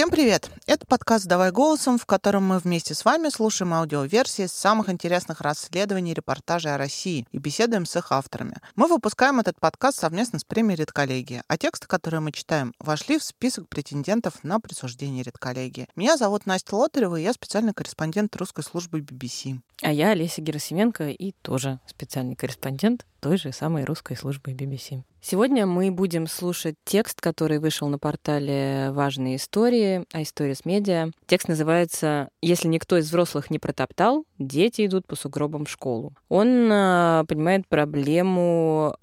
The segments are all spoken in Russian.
Всем привет! Это подкаст «Давай голосом», в котором мы вместе с вами слушаем аудиоверсии самых интересных расследований и репортажей о России и беседуем с их авторами. Мы выпускаем этот подкаст совместно с премией «Редколлегия», а тексты, которые мы читаем, вошли в список претендентов на присуждение «Редколлегии». Меня зовут Настя Лотарева, и я специальный корреспондент русской службы BBC. А я Олеся Герасименко и тоже специальный корреспондент той же самой русской службы BBC. Сегодня мы будем слушать текст, который вышел на портале «Важные истории», iStories Media. Текст называется «Если никто из взрослых не протоптал, дети идут по сугробам в школу». Он понимает проблему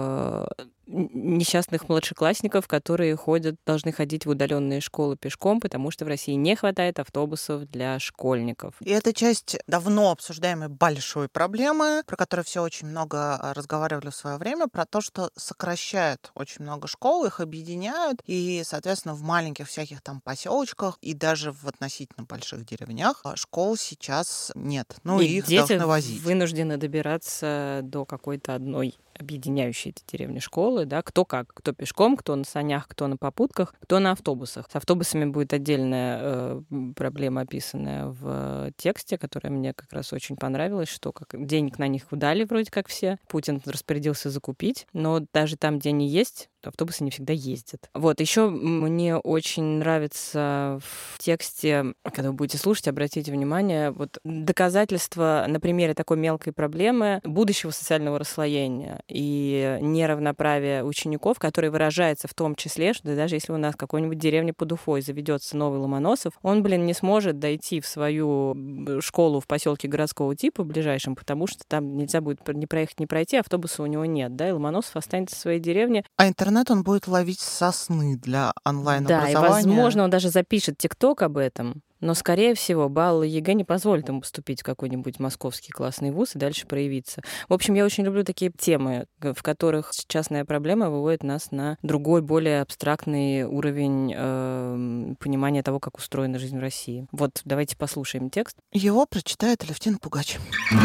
несчастных младшеклассников, которые должны ходить в удаленные школы пешком, потому что в России не хватает автобусов для школьников. И это часть давно обсуждаемой большой проблемы, про которую все очень много разговаривали в свое время, про то, что сокращают очень много школ, их объединяют, и, соответственно, в маленьких всяких там поселочках и даже в относительно больших деревнях школ сейчас нет. И их дети должны возить. Вынуждены добираться до какой-то одной объединяющие эти деревни школы, да, кто как, кто пешком, кто на санях, кто на попутках, кто на автобусах. С автобусами будет отдельная проблема, описанная в тексте, которая мне как раз очень понравилась, что денег на них дали вроде как все, Путин распорядился закупить, но даже там, где они есть, автобусы не всегда ездят. Вот, еще мне очень нравится в тексте, когда вы будете слушать, обратите внимание, вот доказательства на примере такой мелкой проблемы будущего социального расслоения и неравноправия учеников, которое выражается в том числе, что даже если у нас в какой-нибудь деревне под Уфой заведется новый Ломоносов, он, не сможет дойти в свою школу в поселке городского типа ближайшем, потому что там нельзя будет ни проехать, ни пройти, автобуса у него нет, да, и Ломоносов останется в своей деревне. А интернет он будет ловить со сны для онлайн-образования. Да, и, возможно, он даже запишет ТикТок об этом, но, скорее всего, баллы ЕГЭ не позволят ему поступить в какой-нибудь московский классный вуз и дальше проявиться. В общем, я очень люблю такие темы, в которых частная проблема выводит нас на другой, более абстрактный уровень понимания того, как устроена жизнь в России. Вот, давайте послушаем текст. Его прочитает Алевтина Пугач.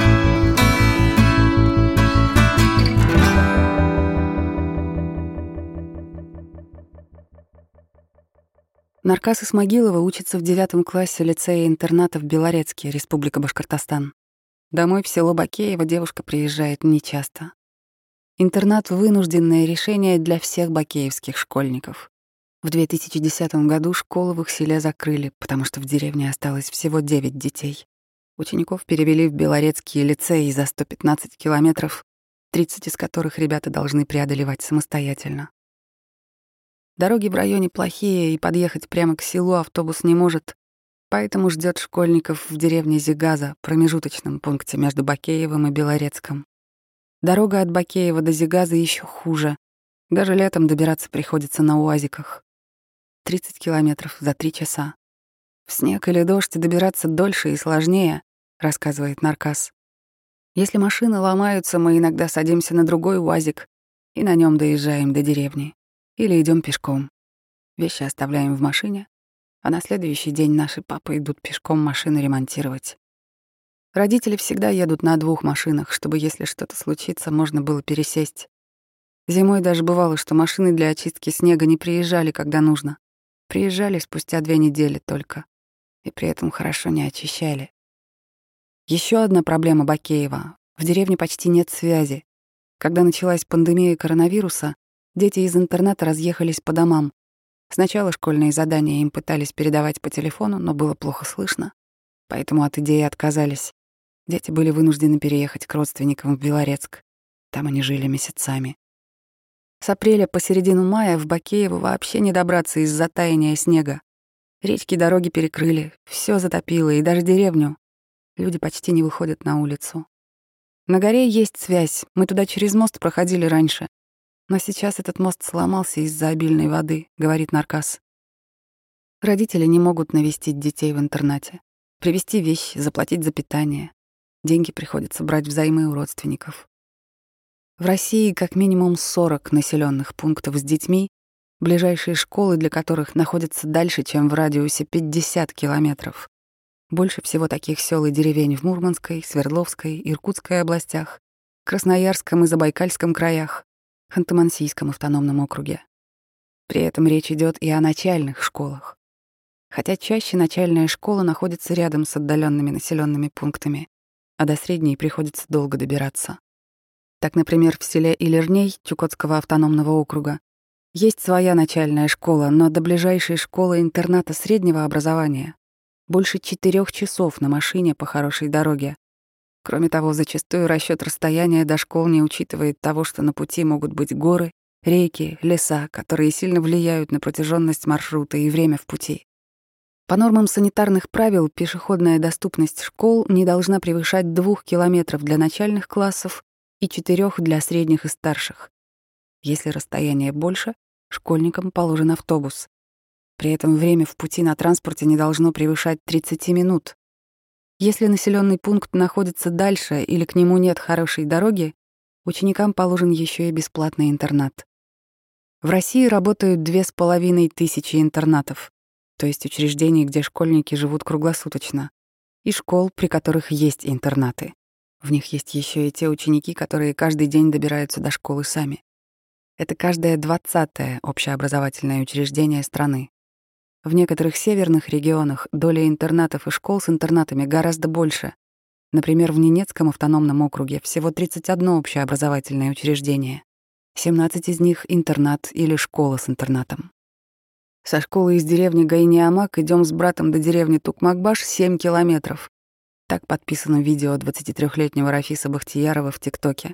Наркас Исмагилова учится в 9 классе лицея-интерната в Белорецке, Республика Башкортостан. Домой в село Бакеево девушка приезжает нечасто. Интернат — вынужденное решение для всех бакеевских школьников. В 2010 году школу в их селе закрыли, потому что в деревне осталось всего 9 детей. Учеников перевели в Белорецкие лицеи за 115 километров, 30 из которых ребята должны преодолевать самостоятельно. Дороги в районе плохие, и подъехать прямо к селу автобус не может, поэтому ждет школьников в деревне Зигаза, промежуточном пункте между Бакеевым и Белорецком. Дорога от Бакеева до Зигаза еще хуже. Даже летом добираться приходится на УАЗиках. 30 километров за 3 часа. В снег или дождь добираться дольше и сложнее, рассказывает Наркас. Если машины ломаются, мы иногда садимся на другой УАЗик и на нем доезжаем до деревни. Или идем пешком. Вещи оставляем в машине, а на следующий день наши папы идут пешком машину ремонтировать. Родители всегда едут на 2 машинах, чтобы, если что-то случится, можно было пересесть. Зимой даже бывало, что машины для очистки снега не приезжали, когда нужно. Приезжали спустя 2 недели только. И при этом хорошо не очищали. Еще одна проблема Бакеева. В деревне почти нет связи. Когда началась пандемия коронавируса, дети из интерната разъехались по домам. Сначала школьные задания им пытались передавать по телефону, но было плохо слышно, поэтому от идеи отказались. Дети были вынуждены переехать к родственникам в Белорецк. Там они жили месяцами. С апреля по середину мая в Бакеево вообще не добраться из-за таяния снега. Речки, дороги перекрыли, все затопило, и даже деревню. Люди почти не выходят на улицу. На горе есть связь, мы туда через мост проходили раньше. Но сейчас этот мост сломался из-за обильной воды, говорит Наркас. Родители не могут навестить детей в интернате, привезти вещи, заплатить за питание. Деньги приходится брать взаймы у родственников. В России как минимум 40 населенных пунктов с детьми, ближайшие школы для которых находятся дальше, чем в радиусе 50 километров. Больше всего таких сел и деревень в Мурманской, Свердловской, Иркутской областях, Красноярском и Забайкальском краях, Ханты-Мансийском автономном округе. При этом речь идет и о начальных школах. Хотя чаще начальная школа находится рядом с отдаленными населенными пунктами, а до средней приходится долго добираться. Так, например, в селе Илерней Чукотского автономного округа есть своя начальная школа, но до ближайшей школы-интерната среднего образования больше 4 часов на машине по хорошей дороге. Кроме того, зачастую расчет расстояния до школ не учитывает того, что на пути могут быть горы, реки, леса, которые сильно влияют на протяженность маршрута и время в пути. По нормам санитарных правил, пешеходная доступность школ не должна превышать 2 километров для начальных классов и 4 для средних и старших. Если расстояние больше, школьникам положен автобус. При этом время в пути на транспорте не должно превышать 30 минут. Если населенный пункт находится дальше или к нему нет хорошей дороги, ученикам положен еще и бесплатный интернат. В России работают 2500 интернатов, то есть учреждений, где школьники живут круглосуточно, и школ, при которых есть интернаты. В них есть еще и те ученики, которые каждый день добираются до школы сами. Это каждое 20-е общеобразовательное учреждение страны. В некоторых северных регионах доля интернатов и школ с интернатами гораздо больше. Например, в Ненецком автономном округе всего 31 общеобразовательное учреждение. 17 из них — интернат или школа с интернатом. Со школы из деревни Гайниамак идем с братом до деревни Тукмакбаш 7 километров. Так подписано видео 23-летнего Рафиса Бахтиярова в ТикТоке.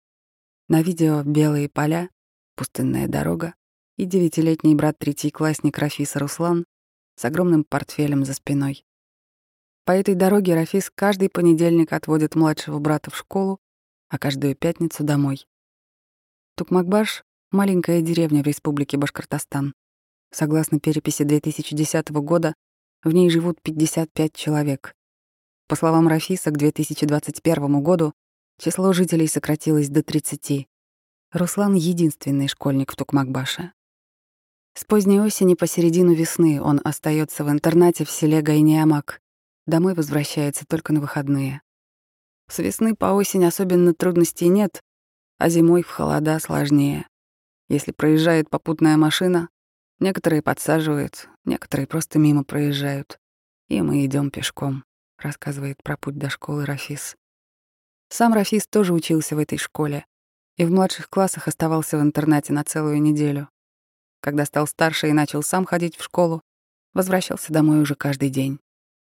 На видео белые поля, пустынная дорога и 9-летний брат третьеклассник Рафиса Руслан с огромным портфелем за спиной. По этой дороге Рафис каждый понедельник отводит младшего брата в школу, а каждую пятницу домой. Тукмакбаш — маленькая деревня в республике Башкортостан. Согласно переписи 2010 года, в ней живут 55 человек. По словам Рафиса, к 2021 году число жителей сократилось до 30. Руслан — единственный школьник в Тукмакбаше. С поздней осени по середину весны он остается в интернате в селе Гайниамак. Домой возвращается только на выходные. С весны по осень особенно трудностей нет, а зимой в холода сложнее. Если проезжает попутная машина, некоторые подсаживают, некоторые просто мимо проезжают. И мы идем пешком, рассказывает про путь до школы Рафис. Сам Рафис тоже учился в этой школе и в младших классах оставался в интернате на целую неделю. Когда стал старше и начал сам ходить в школу, возвращался домой уже каждый день.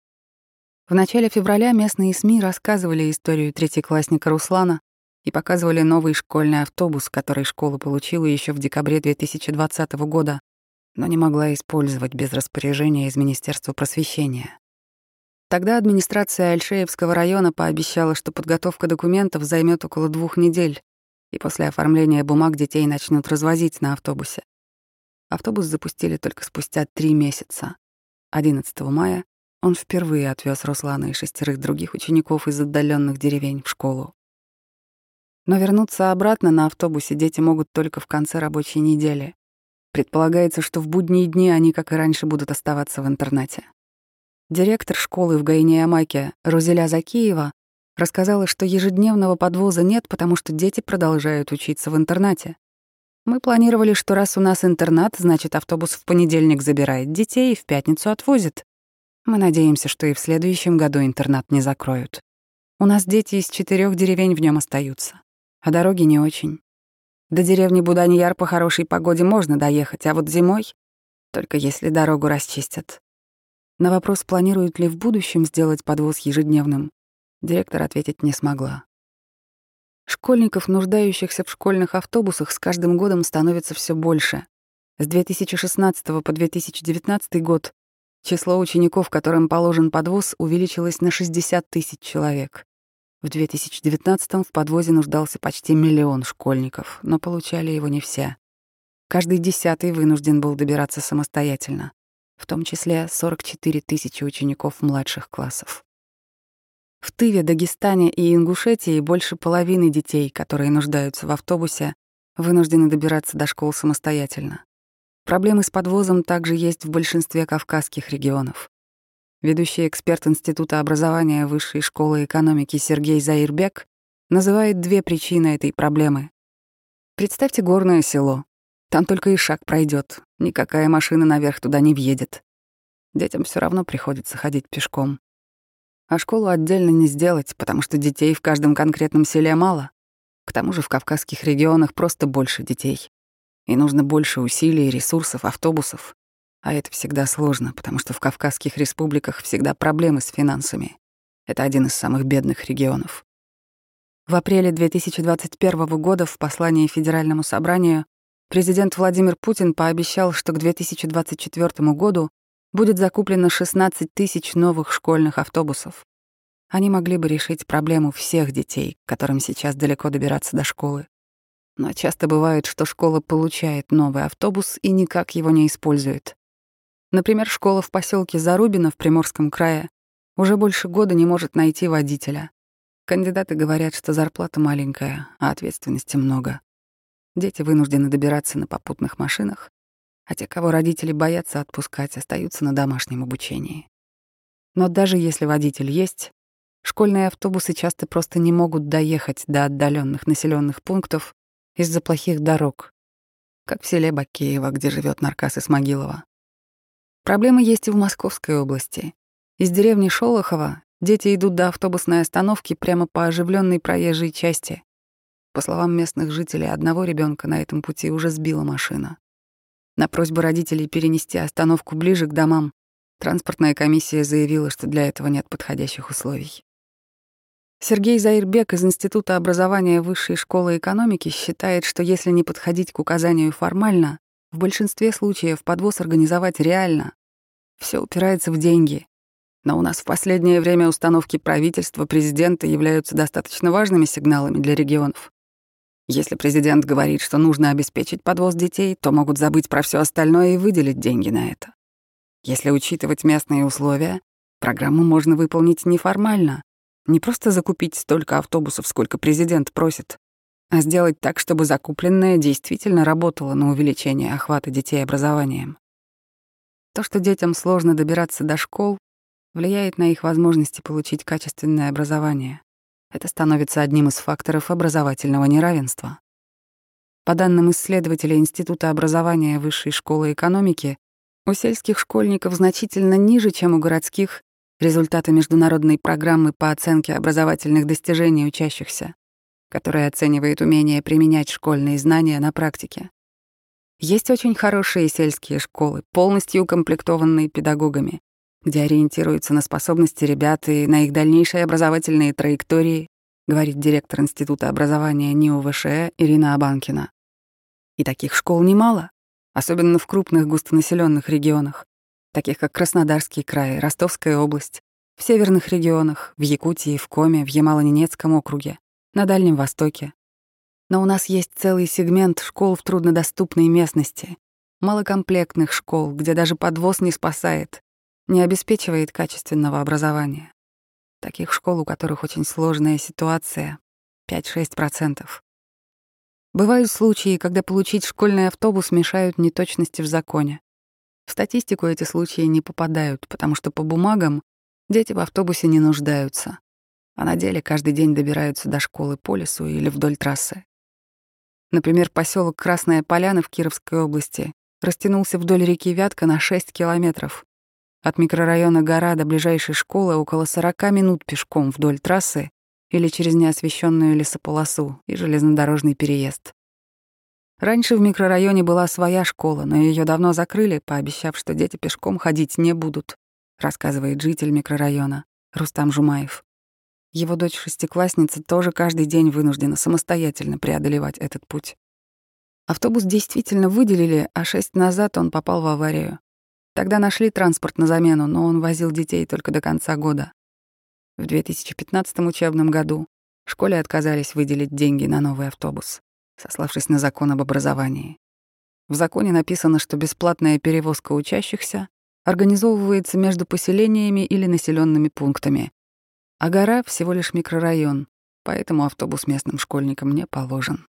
В начале февраля местные СМИ рассказывали историю третьеклассника Руслана и показывали новый школьный автобус, который школа получила еще в декабре 2020 года, но не могла использовать без распоряжения из Министерства просвещения. Тогда администрация Альшеевского района пообещала, что подготовка документов займет около 2 недель, и после оформления бумаг детей начнут развозить на автобусе. Автобус запустили только спустя 3 месяца. 11 мая он впервые отвез Руслана и 6 других учеников из отдаленных деревень в школу. Но вернуться обратно на автобусе дети могут только в конце рабочей недели. Предполагается, что в будние дни они, как и раньше, будут оставаться в интернате. Директор школы в Гайниамаке Рузеля Закиева рассказала, что ежедневного подвоза нет, потому что дети продолжают учиться в интернате. Мы планировали, что раз у нас интернат, значит, автобус в понедельник забирает детей и в пятницу отвозит. Мы надеемся, что и в следующем году интернат не закроют. У нас дети из 4 деревень в нем остаются, а дороги не очень. До деревни Буданьяр по хорошей погоде можно доехать, а вот зимой — только если дорогу расчистят. На вопрос, планируют ли в будущем сделать подвоз ежедневным, директор ответить не смогла. Школьников, нуждающихся в школьных автобусах, с каждым годом становится все больше. С 2016 по 2019 год число учеников, которым положен подвоз, увеличилось на 60 000 человек. В 2019 в подвозе нуждался почти 1 миллион школьников, но получали его не все. Каждый 10-й вынужден был добираться самостоятельно, в том числе 44 000 учеников младших классов. В Тыве, Дагестане и Ингушетии больше половины детей, которые нуждаются в автобусе, вынуждены добираться до школ самостоятельно. Проблемы с подвозом также есть в большинстве кавказских регионов. Ведущий эксперт Института образования Высшей школы экономики Сергей Заирбек называет 2 причины этой проблемы. Представьте горное село. Там только и шаг пройдет, никакая машина наверх туда не въедет. Детям все равно приходится ходить пешком. А школу отдельно не сделать, потому что детей в каждом конкретном селе мало. К тому же в кавказских регионах просто больше детей. И нужно больше усилий, ресурсов, автобусов. А это всегда сложно, потому что в кавказских республиках всегда проблемы с финансами. Это один из самых бедных регионов. В апреле 2021 года в послании Федеральному собранию президент Владимир Путин пообещал, что к 2024 году будет закуплено 16 тысяч новых школьных автобусов. Они могли бы решить проблему всех детей, которым сейчас далеко добираться до школы. Но часто бывает, что школа получает новый автобус и никак его не использует. Например, школа в поселке Зарубино в Приморском крае уже больше года не может найти водителя. Кандидаты говорят, что зарплата маленькая, а ответственности много. Дети вынуждены добираться на попутных машинах, а те, кого родители боятся отпускать, остаются на домашнем обучении. Но даже если водитель есть, школьные автобусы часто просто не могут доехать до отдаленных населенных пунктов из-за плохих дорог, как в селе Бакеево, где живет Наркас Исмагилова. Проблемы есть и в Московской области. Из деревни Шолохово дети идут до автобусной остановки прямо по оживленной проезжей части. По словам местных жителей, одного ребенка на этом пути уже сбила машина. На просьбу родителей перенести остановку ближе к домам транспортная комиссия заявила, что для этого нет подходящих условий. Сергей Заирбек из Института образования Высшей школы экономики считает, что если не подходить к указанию формально, в большинстве случаев подвоз организовать реально. Все упирается в деньги. Но у нас в последнее время установки правительства, президента являются достаточно важными сигналами для регионов. Если президент говорит, что нужно обеспечить подвоз детей, то могут забыть про все остальное и выделить деньги на это. Если учитывать местные условия, программу можно выполнить неформально, не просто закупить столько автобусов, сколько президент просит, а сделать так, чтобы закупленное действительно работало на увеличение охвата детей образованием. То, что детям сложно добираться до школ, влияет на их возможности получить качественное образование. Это становится одним из факторов образовательного неравенства. По данным исследователей Института образования Высшей школы экономики, у сельских школьников значительно ниже, чем у городских, результаты международной программы по оценке образовательных достижений учащихся, которая оценивает умение применять школьные знания на практике. Есть очень хорошие сельские школы, полностью укомплектованные педагогами, где ориентируются на способности ребят и на их дальнейшие образовательные траектории, говорит директор Института образования НИУ ВШЭ Ирина Абанкина. И таких школ немало, особенно в крупных густонаселенных регионах, таких как Краснодарский край, Ростовская область, в северных регионах, в Якутии, в Коме, в Ямало-Ненецком округе, на Дальнем Востоке. Но у нас есть целый сегмент школ в труднодоступной местности, малокомплектных школ, где даже подвоз не спасает, не обеспечивает качественного образования. Таких школ, у которых очень сложная ситуация, 5-6%. Бывают случаи, когда получить школьный автобус мешают неточности в законе. В статистику эти случаи не попадают, потому что по бумагам дети в автобусе не нуждаются, а на деле каждый день добираются до школы по лесу или вдоль трассы. Например, поселок Красная Поляна в Кировской области растянулся вдоль реки Вятка на 6 километров. От микрорайона Гора до ближайшей школы около 40 минут пешком вдоль трассы или через неосвещенную лесополосу и железнодорожный переезд. Раньше в микрорайоне была своя школа, но ее давно закрыли, пообещав, что дети пешком ходить не будут, рассказывает житель микрорайона Рустам Жумаев. Его дочь-шестиклассница тоже каждый день вынуждена самостоятельно преодолевать этот путь. Автобус действительно выделили, а 6 назад он попал в аварию. Тогда нашли транспорт на замену, но он возил детей только до конца года. В 2015 учебном году школе отказались выделить деньги на новый автобус, сославшись на закон об образовании. В законе написано, что бесплатная перевозка учащихся организовывается между поселениями или населенными пунктами, а Гора — всего лишь микрорайон, поэтому автобус местным школьникам не положен.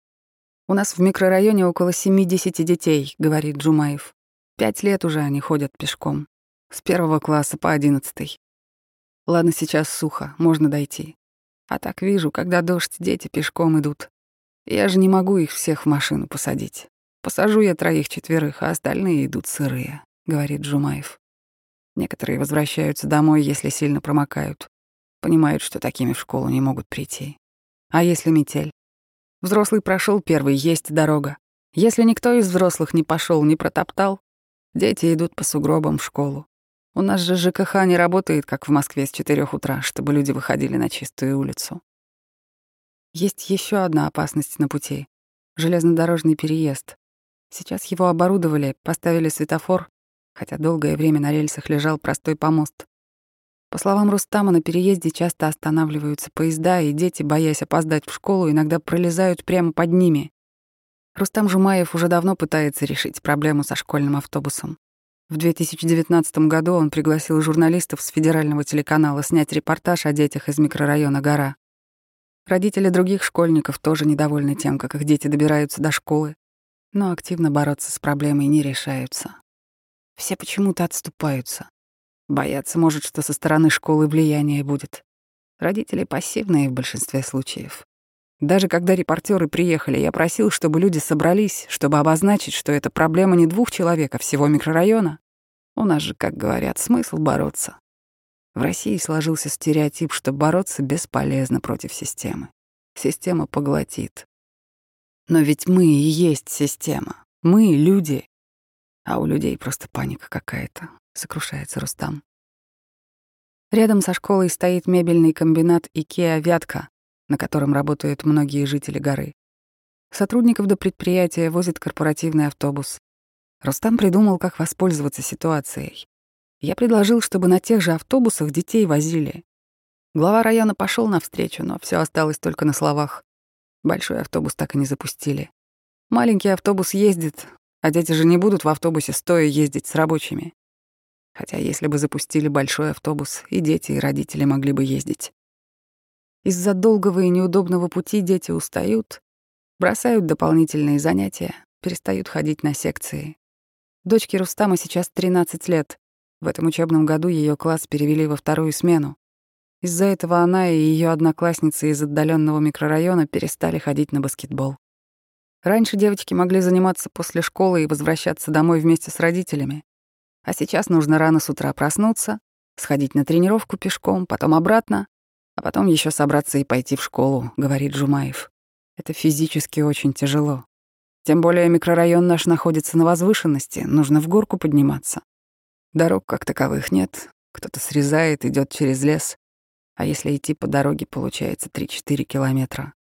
«У нас в микрорайоне около 70 детей», — говорит Джумаев. 5 лет уже они ходят пешком. С 1 класса по 11. Ладно, сейчас сухо, можно дойти. А так вижу, когда дождь, дети пешком идут. Я же не могу их всех в машину посадить. Посажу я 3-4, а остальные идут сырые, говорит Джумаев. Некоторые возвращаются домой, если сильно промокают. Понимают, что такими в школу не могут прийти. А если метель? Взрослый прошел первый, есть дорога. Если никто из взрослых не пошел, не протоптал, дети идут по сугробам в школу. У нас же ЖКХ не работает, как в Москве, с 4 утра, чтобы люди выходили на чистую улицу. Есть еще одна опасность на пути — железнодорожный переезд. Сейчас его оборудовали, поставили светофор, хотя долгое время на рельсах лежал простой помост. По словам Рустама, на переезде часто останавливаются поезда, и дети, боясь опоздать в школу, иногда пролезают прямо под ними. Рустам Жумаев уже давно пытается решить проблему со школьным автобусом. В 2019 году он пригласил журналистов с федерального телеканала снять репортаж о детях из микрорайона «Гора». Родители других школьников тоже недовольны тем, как их дети добираются до школы, но активно бороться с проблемой не решаются. Все почему-то отступаются. Боятся, может, что со стороны школы влияние будет. Родители пассивные в большинстве случаев. Даже когда репортеры приехали, я просил, чтобы люди собрались, чтобы обозначить, что это проблема не 2 человек, а всего микрорайона. У нас же, как говорят, смысл бороться. В России сложился стереотип, что бороться бесполезно против системы. Система поглотит. Но ведь мы и есть система. Мы — люди. А у людей просто паника какая-то, сокрушается Рустам. Рядом со школой стоит мебельный комбинат «Икеа Вятка», на котором работают многие жители горы. Сотрудников до предприятия возит корпоративный автобус. Рустам придумал, как воспользоваться ситуацией. Я предложил, чтобы на тех же автобусах детей возили. Глава района пошел навстречу, но все осталось только на словах. Большой автобус так и не запустили. Маленький автобус ездит, а дети же не будут в автобусе стоя ездить с рабочими. Хотя если бы запустили большой автобус, и дети, и родители могли бы ездить. Из-за долгого и неудобного пути дети устают, бросают дополнительные занятия, перестают ходить на секции. Дочке Рустама сейчас 13 лет. В этом учебном году ее класс перевели во 2-ю смену. Из-за этого она и ее одноклассницы из отдаленного микрорайона перестали ходить на баскетбол. Раньше девочки могли заниматься после школы и возвращаться домой вместе с родителями. А сейчас нужно рано с утра проснуться, сходить на тренировку пешком, потом обратно, а потом еще собраться и пойти в школу, говорит Жумаев. Это физически очень тяжело. Тем более микрорайон наш находится на возвышенности, нужно в горку подниматься. Дорог как таковых нет, кто-то срезает, идет через лес, а если идти по дороге, получается 3-4 километра.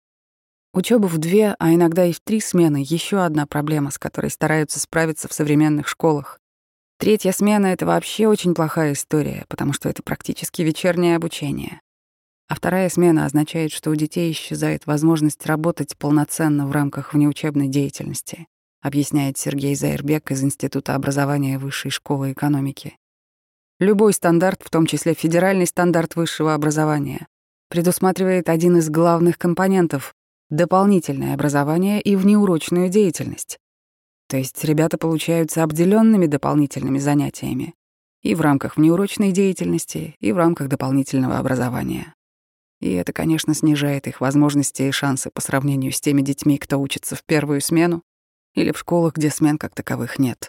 Учёба в 2, а иногда и в 3 смены — еще одна проблема, с которой стараются справиться в современных школах. 3-я смена — это вообще очень плохая история, потому что это практически вечернее обучение. А 2-я смена означает, что у детей исчезает возможность работать полноценно в рамках внеучебной деятельности, объясняет Сергей Зайрбек из Института образования Высшей школы экономики. Любой стандарт, в том числе федеральный стандарт высшего образования, предусматривает один из главных компонентов — дополнительное образование и внеурочную деятельность. То есть ребята получаются обделенными дополнительными занятиями и в рамках внеурочной деятельности, и в рамках дополнительного образования. И это, конечно, снижает их возможности и шансы по сравнению с теми детьми, кто учится в 1-ю смену или в школах, где смен как таковых нет.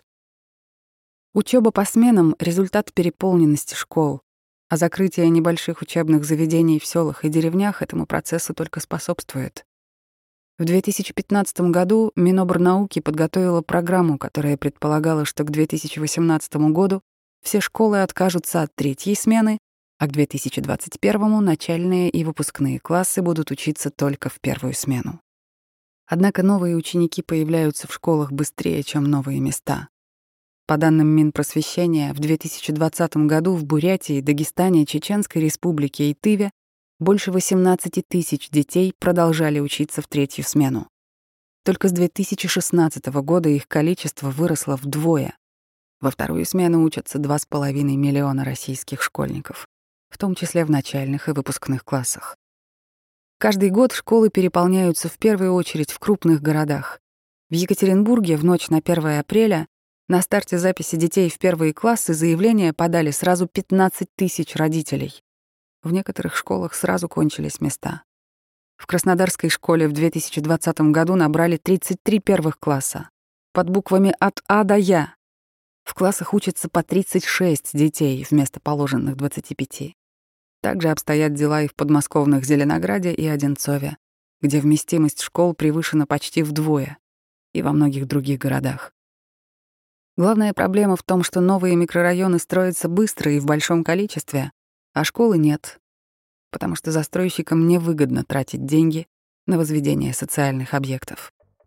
Учёба по сменам — результат переполненности школ, а закрытие небольших учебных заведений в селах и деревнях этому процессу только способствует. В 2015 году Минобрнауки подготовила программу, которая предполагала, что к 2018 году все школы откажутся от 3-й смены, а к 2021 начальные и выпускные классы будут учиться только в 1-ю смену. Однако новые ученики появляются в школах быстрее, чем новые места. По данным Минпросвещения, в 2020 году в Бурятии, Дагестане, Чеченской Республике и Тыве больше 18 тысяч детей продолжали учиться в 3-ю смену. Только с 2016 года их количество выросло вдвое. Во 2-ю смену учатся 2,5 миллиона российских школьников, в том числе в начальных и выпускных классах. Каждый год школы переполняются в первую очередь в крупных городах. В Екатеринбурге в ночь на 1 апреля на старте записи детей в 1-е классы заявления подали сразу 15 тысяч родителей. В некоторых школах сразу кончились места. В Краснодарской школе в 2020 году набрали 33 1-х класса под буквами от А до Я. В классах учатся по 36 детей вместо положенных 25. Также обстоят дела и в подмосковных Зеленограде и Одинцове, где вместимость школ превышена почти вдвое, и во многих других городах. Главная проблема в том, что новые микрорайоны строятся быстро и в большом количестве, а школы нет, потому что застройщикам невыгодно тратить деньги на возведение социальных объектов.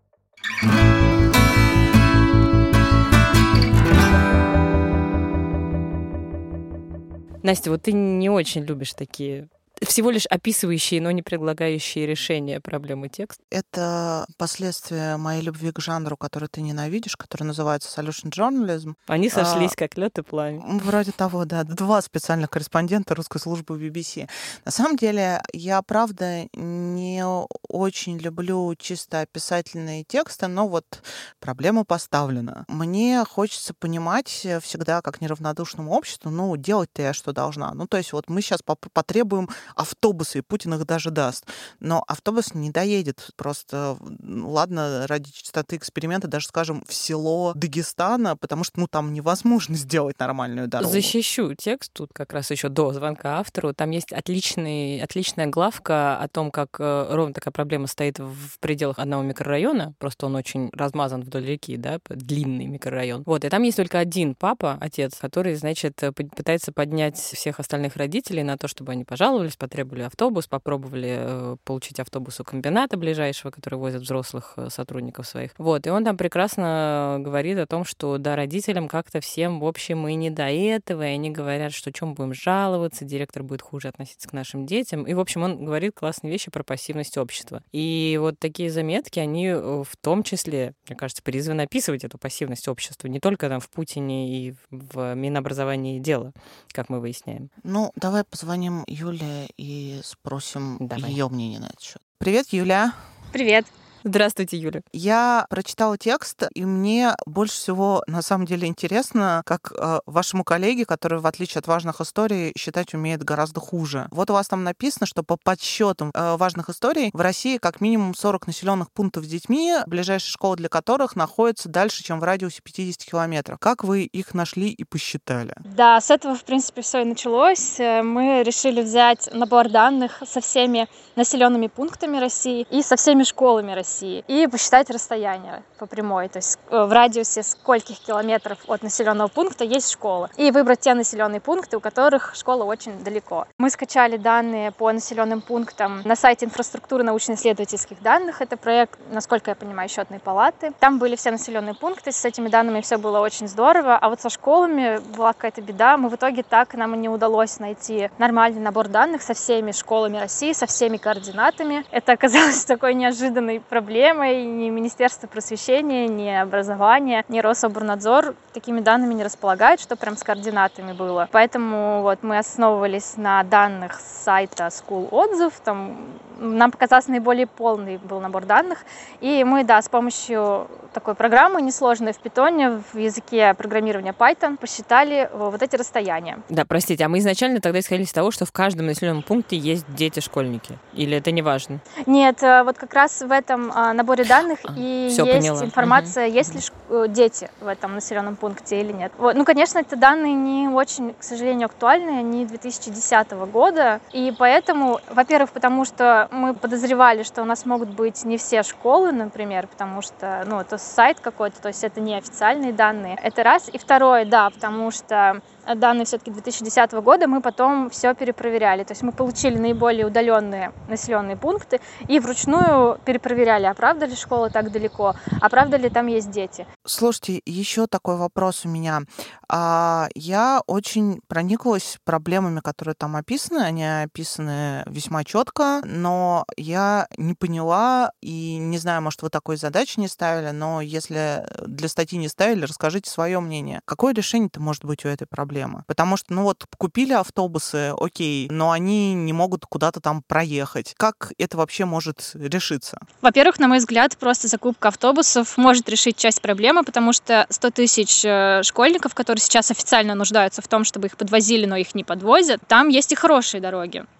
Настя, вот ты не очень любишь такие всего лишь описывающие, но не предлагающие решения проблемы текст. Это последствия моей любви к жанру, который ты ненавидишь, который называется solution journalism. Они сошлись как лед и пламя. Вроде того, да. 2 специальных корреспондента русской службы BBC. На самом деле, я, правда, не очень люблю чисто описательные тексты, но вот проблема поставлена. Мне хочется понимать всегда, как неравнодушному обществу, делать-то я что должна. То есть вот мы сейчас потребуем автобусы, и Путин их даже даст. Но автобус не доедет. Просто, ладно, ради чистоты эксперимента даже, скажем, в село Дагестана, потому что, там невозможно сделать нормальную дорогу. Защищу текст тут как раз еще до звонка автору. Там есть отличная главка о том, как ровно такая проблема стоит в пределах одного микрорайона. Просто он очень размазан вдоль реки, да, длинный микрорайон. Вот, и там есть только один папа, отец, который, значит, пытается поднять всех остальных родителей на то, чтобы они пожаловались, потребовали автобус, попробовали получить автобус у комбината ближайшего, который возит взрослых сотрудников своих. Вот, и он там прекрасно говорит о том, что, да, родителям как-то всем, в общем, и не до этого, и они говорят, что чем будем жаловаться, директор будет хуже относиться к нашим детям. И, в общем, он говорит классные вещи про пассивность общества. И вот такие заметки, они в том числе, мне кажется, призваны описывать эту пассивность общества, не только там в Путине и в Минобразовании дела, как мы выясняем. Давай позвоним Юле и спросим Давай. ее мнение на этот счет. Привет, Юля. Привет. Здравствуйте, Юля. Я прочитала текст, и мне больше всего, на самом деле, интересно, как вашему коллеге, который, в отличие от важных историй, считать умеет гораздо хуже. Вот у вас там написано, что по подсчетам важных историй в России как минимум 40 населенных пунктов с детьми, ближайшие школы для которых находятся дальше, чем в радиусе 50 километров. Как вы их нашли и посчитали? Да, с этого, в принципе, все и началось. Мы решили взять набор данных со всеми населенными пунктами России и со всеми школами России и посчитать расстояние по прямой, то есть в радиусе скольких километров от населенного пункта есть школа, и выбрать те населенные пункты, у которых школа очень далеко. Мы скачали данные по населенным пунктам на сайте инфраструктуры научно-исследовательских данных. Это проект, насколько я понимаю, Счетной палаты. Там были все населенные пункты, с этими данными все было очень здорово, а вот со школами была какая-то беда. Мы в итоге нам и не удалось найти нормальный набор данных со всеми школами России, со всеми координатами. Это оказалось такой неожиданной проблемой. Ни Министерство просвещения, ни образования, ни Рособорнадзор такими данными не располагают, что прям с координатами было. Поэтому вот мы основывались на данных с сайта School Отзыв. Там нам показался наиболее полный был набор данных. И мы, с помощью такой программы несложной в Python, в языке программирования Python, посчитали вот эти расстояния. Да, простите, а мы изначально тогда исходили из того, что в каждом населенном пункте есть дети-школьники? Или это не важно? Нет, вот как раз в этом наборе данных и есть поняла. информация, есть ли дети в этом населенном пункте или нет. Вот. Конечно, эти данные не очень, к сожалению, актуальны, они 2010 года, и поэтому, во-первых, потому что мы подозревали, что у нас могут быть не все школы, например, потому что, это сайт какой-то, то есть это не официальные данные. Это раз. И второе, потому что данные все-таки 2010 года мы потом все перепроверяли. То есть мы получили наиболее удаленные населенные пункты и вручную перепроверяли, а правда ли школа так далеко, а правда ли там есть дети. Слушайте, еще такой вопрос у меня. Я очень прониклась проблемами, которые там описаны. Они описаны весьма четко, но я не поняла и не знаю, может, вы такой задачи не ставили, но если для статьи не ставили, расскажите свое мнение. Какое решение-то может быть у этой проблемы? Потому что, купили автобусы, окей, но они не могут куда-то там проехать. Как это вообще может решиться? Во-первых, на мой взгляд, просто закупка автобусов может решить часть проблемы, потому что 100 тысяч школьников, которые сейчас официально нуждаются в том, чтобы их подвозили, но их не подвозят, там есть и хорошие дороги.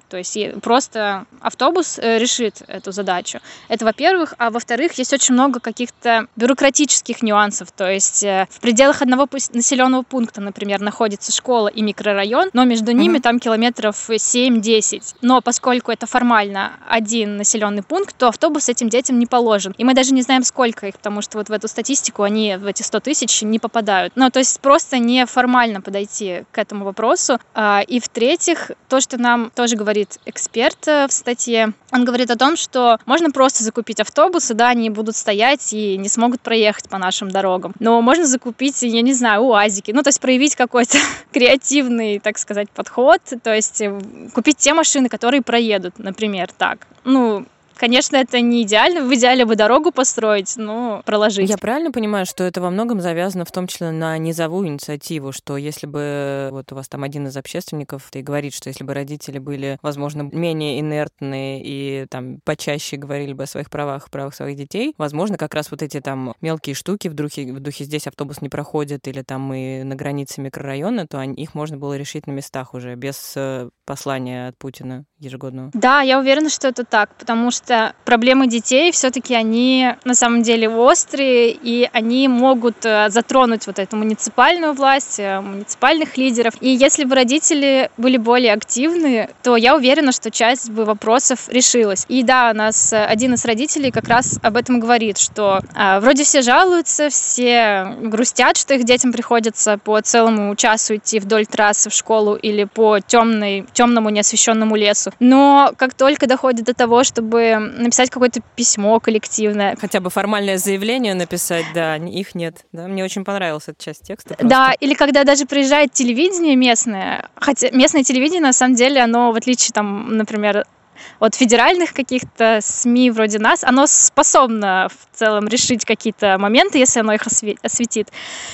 То есть просто автобус решит эту задачу. Это во-первых. А во-вторых, есть очень много каких-то бюрократических нюансов. То есть в пределах одного населенного пункта, например, находится школа и микрорайон, но между ними там километров 7-10. Но поскольку это формально один населенный пункт, то автобус этим детям не положен. И мы даже не знаем, сколько их, потому что вот в эту статистику они, в эти 100 тысяч, не попадают. Ну, то есть просто неформально подойти к этому вопросу. И в-третьих, то, что нам тоже говорит эксперт в статье, он говорит о том, что можно просто закупить автобусы, да, они будут стоять и не смогут проехать по нашим дорогам. Но можно закупить, я не знаю, УАЗики, ну, то есть проявить какой-то креативный, так сказать, подход, то есть купить те машины, которые проедут, например, так. Ну, конечно, это не идеально. В идеале бы дорогу построить, но проложить. Я правильно понимаю, что это во многом завязано в том числе на низовую инициативу, что если бы вот у вас там один из общественников и говорит, что если бы родители были, возможно, менее инертные и там почаще говорили бы о своих правах своих детей, возможно, как раз вот эти там мелкие штуки в духе здесь автобус не проходит или там мы на границе микрорайона, то их можно было решить на местах уже, без послания от Путина ежегодного. Да, я уверена, что это так, потому что проблемы детей все-таки они на самом деле острые, и они могут затронуть вот эту муниципальную власть, муниципальных лидеров. И если бы родители были более активны, то я уверена, что часть бы вопросов решилась. И да, у нас один из родителей как раз об этом говорит, что вроде все жалуются, все грустят, что их детям приходится по целому часу идти вдоль трассы в школу или по темному неосвещенному лесу. Но как только доходит до того, чтобы написать какое-то письмо коллективное. Хотя бы формальное заявление написать, да, их нет. Да? Мне очень понравилась эта часть текста. Просто. Да, или когда даже приезжает телевидение местное, хотя местное телевидение, на самом деле, оно, в отличие, там, например, от федеральных каких-то СМИ вроде нас, оно способно в целом решить какие-то моменты, если оно их осветит.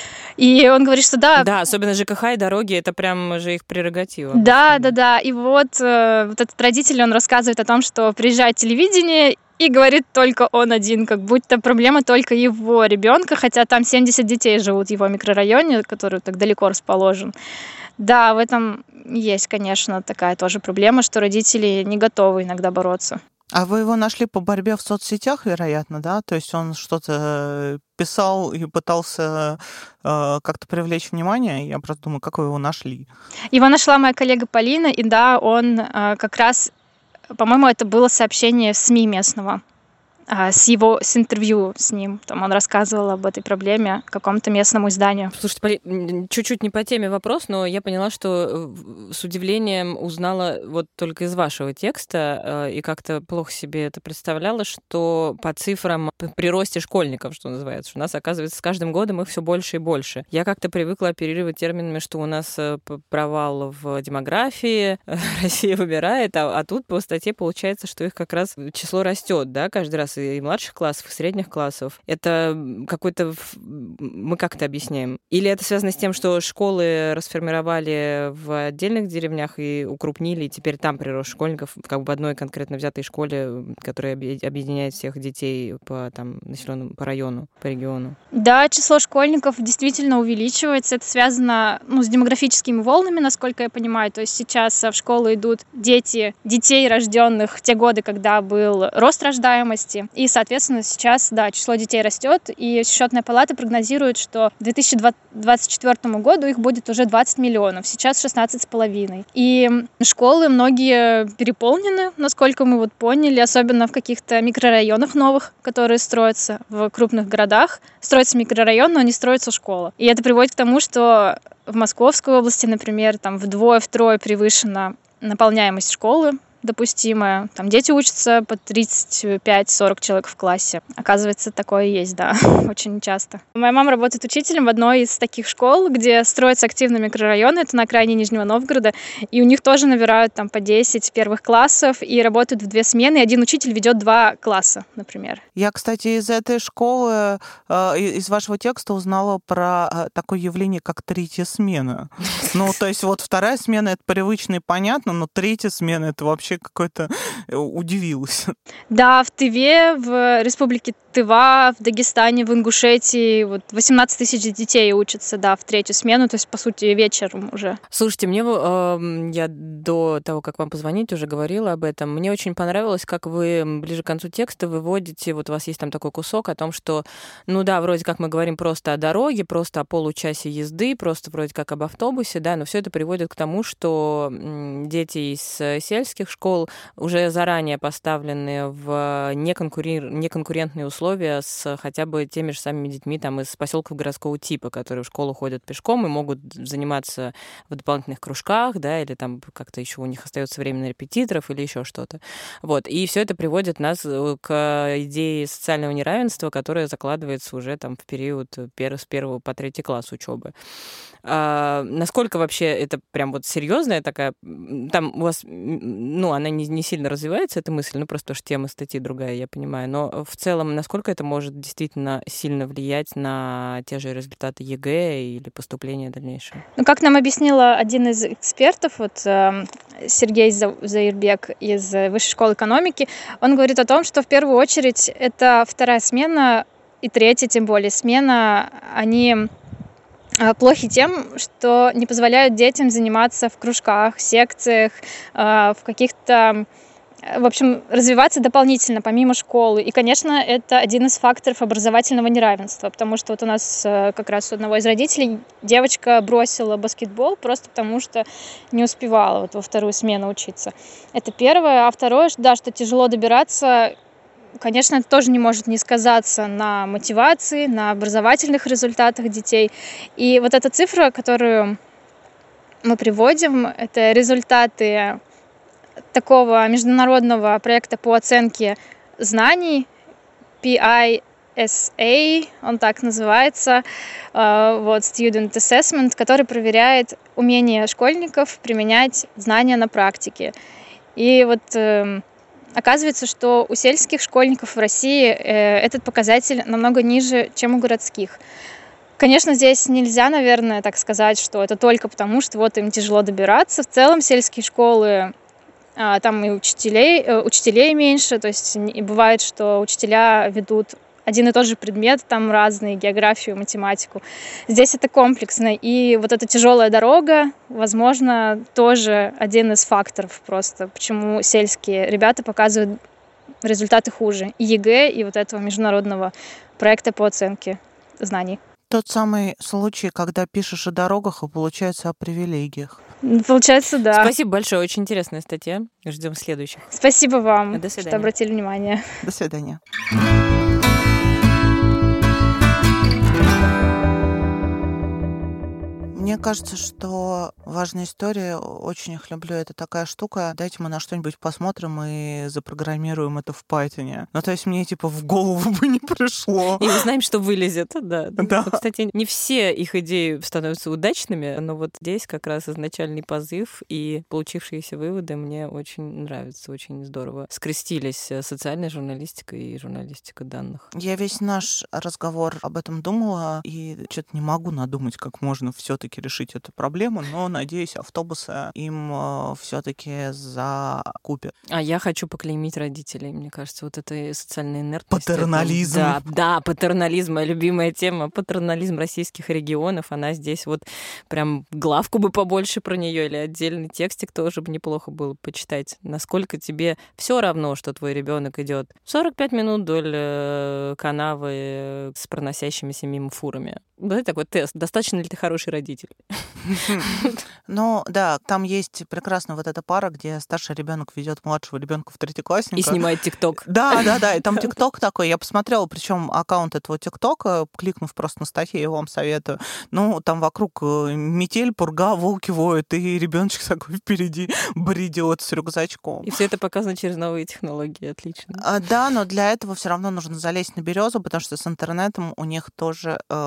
И он говорит, что да. Да, особенно ЖКХ и дороги, это прям же их прерогатива. Да. И вот этот родитель, он рассказывает о том, что приезжает телевидение и говорит только он один, как будто проблема только его ребенка, хотя там 70 детей живут в его микрорайоне, который так далеко расположен. Да, в этом есть, конечно, такая тоже проблема, что родители не готовы иногда бороться. А вы его нашли по борьбе в соцсетях, вероятно, да? То есть он что-то писал и пытался как-то привлечь внимание? Я просто думаю, как вы его нашли? Его нашла моя коллега Полина, и да, он как раз, по-моему, это было сообщение в СМИ местного. С интервью с ним. Там он рассказывал об этой проблеме какому-то местному изданию. Слушайте, чуть-чуть не по теме вопрос, но я поняла, что с удивлением узнала вот только из вашего текста и как-то плохо себе это представляла, что по цифрам при росте школьников, что называется, что у нас, оказывается, с каждым годом их все больше и больше. Я как-то привыкла оперировать терминами, что у нас провал в демографии, Россия вымирает, а тут по статье получается, что их как раз число растет, да, каждый раз и младших классов, и средних классов. Это какой-то... Мы как это объясняем? Или это связано с тем, что школы расформировали в отдельных деревнях и укрупнили, и теперь там прирост школьников как бы в одной конкретно взятой школе, которая объединяет всех детей по населенному, по району, по региону? Да, число школьников действительно увеличивается. Это связано с демографическими волнами, насколько я понимаю. То есть сейчас в школу идут детей, рожденных в те годы, когда был рост рождаемости. И, соответственно, сейчас, да, число детей растет, и Счетная палата прогнозирует, что к 2024 году их будет уже 20 миллионов, сейчас 16,5. И школы многие переполнены, насколько мы поняли, особенно в каких-то микрорайонах новых, которые строятся в крупных городах. Строится микрорайон, но не строится школа. И это приводит к тому, что в Московской области, например, там вдвое-втрое превышена наполняемость школы, допустимое. Там дети учатся по 35-40 человек в классе. Оказывается, такое есть, да, очень часто. Моя мама работает учителем в одной из таких школ, где строятся активно микрорайоны, это на окраине Нижнего Новгорода, и у них тоже набирают там по 10 первых классов и работают в 2 смены, и один учитель ведет 2 класса, например. Я, кстати, из этой школы, из вашего текста узнала про такое явление, как третья смена. Ну, то есть вот вторая смена — это привычно и понятно, но третья смена — это вообще вообще какой-то удивилась. Да, в Тыве, в республике Тыва, в Дагестане, в Ингушетии 18 тысяч детей учатся, да, в 3-ю смену, то есть, по сути, вечером уже. Слушайте, я до того, как вам позвонить, уже говорила об этом. Мне очень понравилось, как вы ближе к концу текста выводите, у вас есть там такой кусок о том, что, вроде как мы говорим просто о дороге, просто о получасе езды, просто вроде как об автобусе, да, но все это приводит к тому, что дети из сельских школ уже заранее поставлены в неконкурентные условия с хотя бы теми же самыми детьми там из поселков городского типа, которые в школу ходят пешком и могут заниматься в дополнительных кружках, да, или там как-то еще у них остается время на репетиторов или еще что-то. И все это приводит нас к идее социального неравенства, которое закладывается уже там в период с 1 по 3 класс учебы. Насколько вообще это прям серьезная такая... Там у вас, она не сильно развивается, эта мысль, просто потому что тема статьи другая, я понимаю, но в целом, насколько это может действительно сильно влиять на те же результаты ЕГЭ или поступления дальнейшее? Как нам объяснила один из экспертов, Сергей Заирбек из Высшей школы экономики, он говорит о том, что в первую очередь это 2-я смена и 3-я, тем более, смена, они плохи тем, что не позволяют детям заниматься в кружках, секциях, в каких-то... В общем, развиваться дополнительно, помимо школы. И, конечно, это один из факторов образовательного неравенства, потому что у нас как раз у одного из родителей девочка бросила баскетбол просто потому, что не успевала во 2-ю смену учиться. Это первое. А второе, да, что тяжело добираться, конечно, это тоже не может не сказаться на мотивации, на образовательных результатах детей. И эта цифра, которую мы приводим, это результаты такого международного проекта по оценке знаний, PISA, он так называется, Student Assessment, который проверяет умение школьников применять знания на практике. И оказывается, что у сельских школьников в России этот показатель намного ниже, чем у городских. Конечно, здесь нельзя, наверное, так сказать, что это только потому, что им тяжело добираться. В целом сельские школы, там и учителей меньше, то есть и бывает, что учителя ведут один и тот же предмет, там разные, географию, математику. Здесь это комплексно, и эта тяжелая дорога, возможно, тоже один из факторов просто, почему сельские ребята показывают результаты хуже. И ЕГЭ, и этого международного проекта по оценке знаний. Тот самый случай, когда пишешь о дорогах, и получается о привилегиях. Получается, да. Спасибо большое, очень интересная статья. Ждем следующих. Спасибо вам, До свидания. что обратили внимание. До свидания. Мне кажется, что важная история, очень их люблю, это такая штука, дайте мы на что-нибудь посмотрим и запрограммируем это в Python. То есть мне в голову бы не пришло. И узнаем, что вылезет, да. Да. Кстати, не все их идеи становятся удачными, но здесь как раз изначальный позыв и получившиеся выводы мне очень нравятся, очень здорово скрестились социальная журналистика и журналистика данных. Я весь наш разговор об этом думала, и что-то не могу надумать, как можно все-таки решить эту проблему, но, надеюсь, автобусы им все-таки закупят. А я хочу поклеймить родителей. Мне кажется, это социальная инертность. Патернализм. Да, патернализм, моя любимая тема. Патернализм российских регионов. Она здесь прям главку бы побольше про нее или отдельный текстик тоже бы неплохо было почитать. Насколько тебе все равно, что твой ребенок идет 45 минут вдоль канавы с проносящимися мимо фурами. Это такой тест. Достаточно ли ты хороший родитель? Ну, да, там есть прекрасно эта пара, где старший ребенок ведет младшего ребенка в третьеклассника. И снимает ТикТок. Да, и там ТикТок такой. Я посмотрела, причем аккаунт этого ТикТока, кликнув просто на статью, я вам советую. Там вокруг метель, пурга, волки воют, и ребеночек такой впереди бредет с рюкзачком. И все это показано через новые технологии. Отлично. Да, но для этого все равно нужно залезть на березу, потому что с интернетом у них тоже в деревне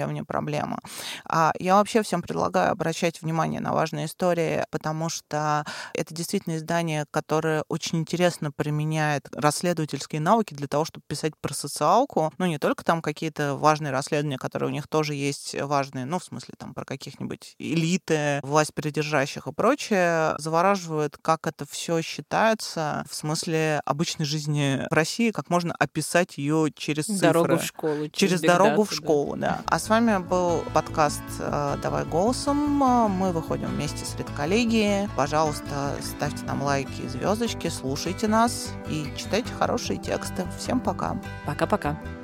древние проблемы. Я вообще всем предлагаю обращать внимание на важные истории, потому что это действительно издание, которое очень интересно применяет расследовательские навыки для того, чтобы писать про социалку. Не только там какие-то важные расследования, которые у них тоже есть важные, в смысле там про каких-нибудь элиты, власть придержащих и прочее, завораживает, как это все считается в смысле обычной жизни в России, как можно описать ее через цифры. Дорогу в школу. Через дорогу в школу, да. А с вами был подкаст «Давай голосом». Мы выходим вместе с редколлегией. Пожалуйста, ставьте нам лайки и звездочки, слушайте нас и читайте хорошие тексты. Всем пока. Пока-пока.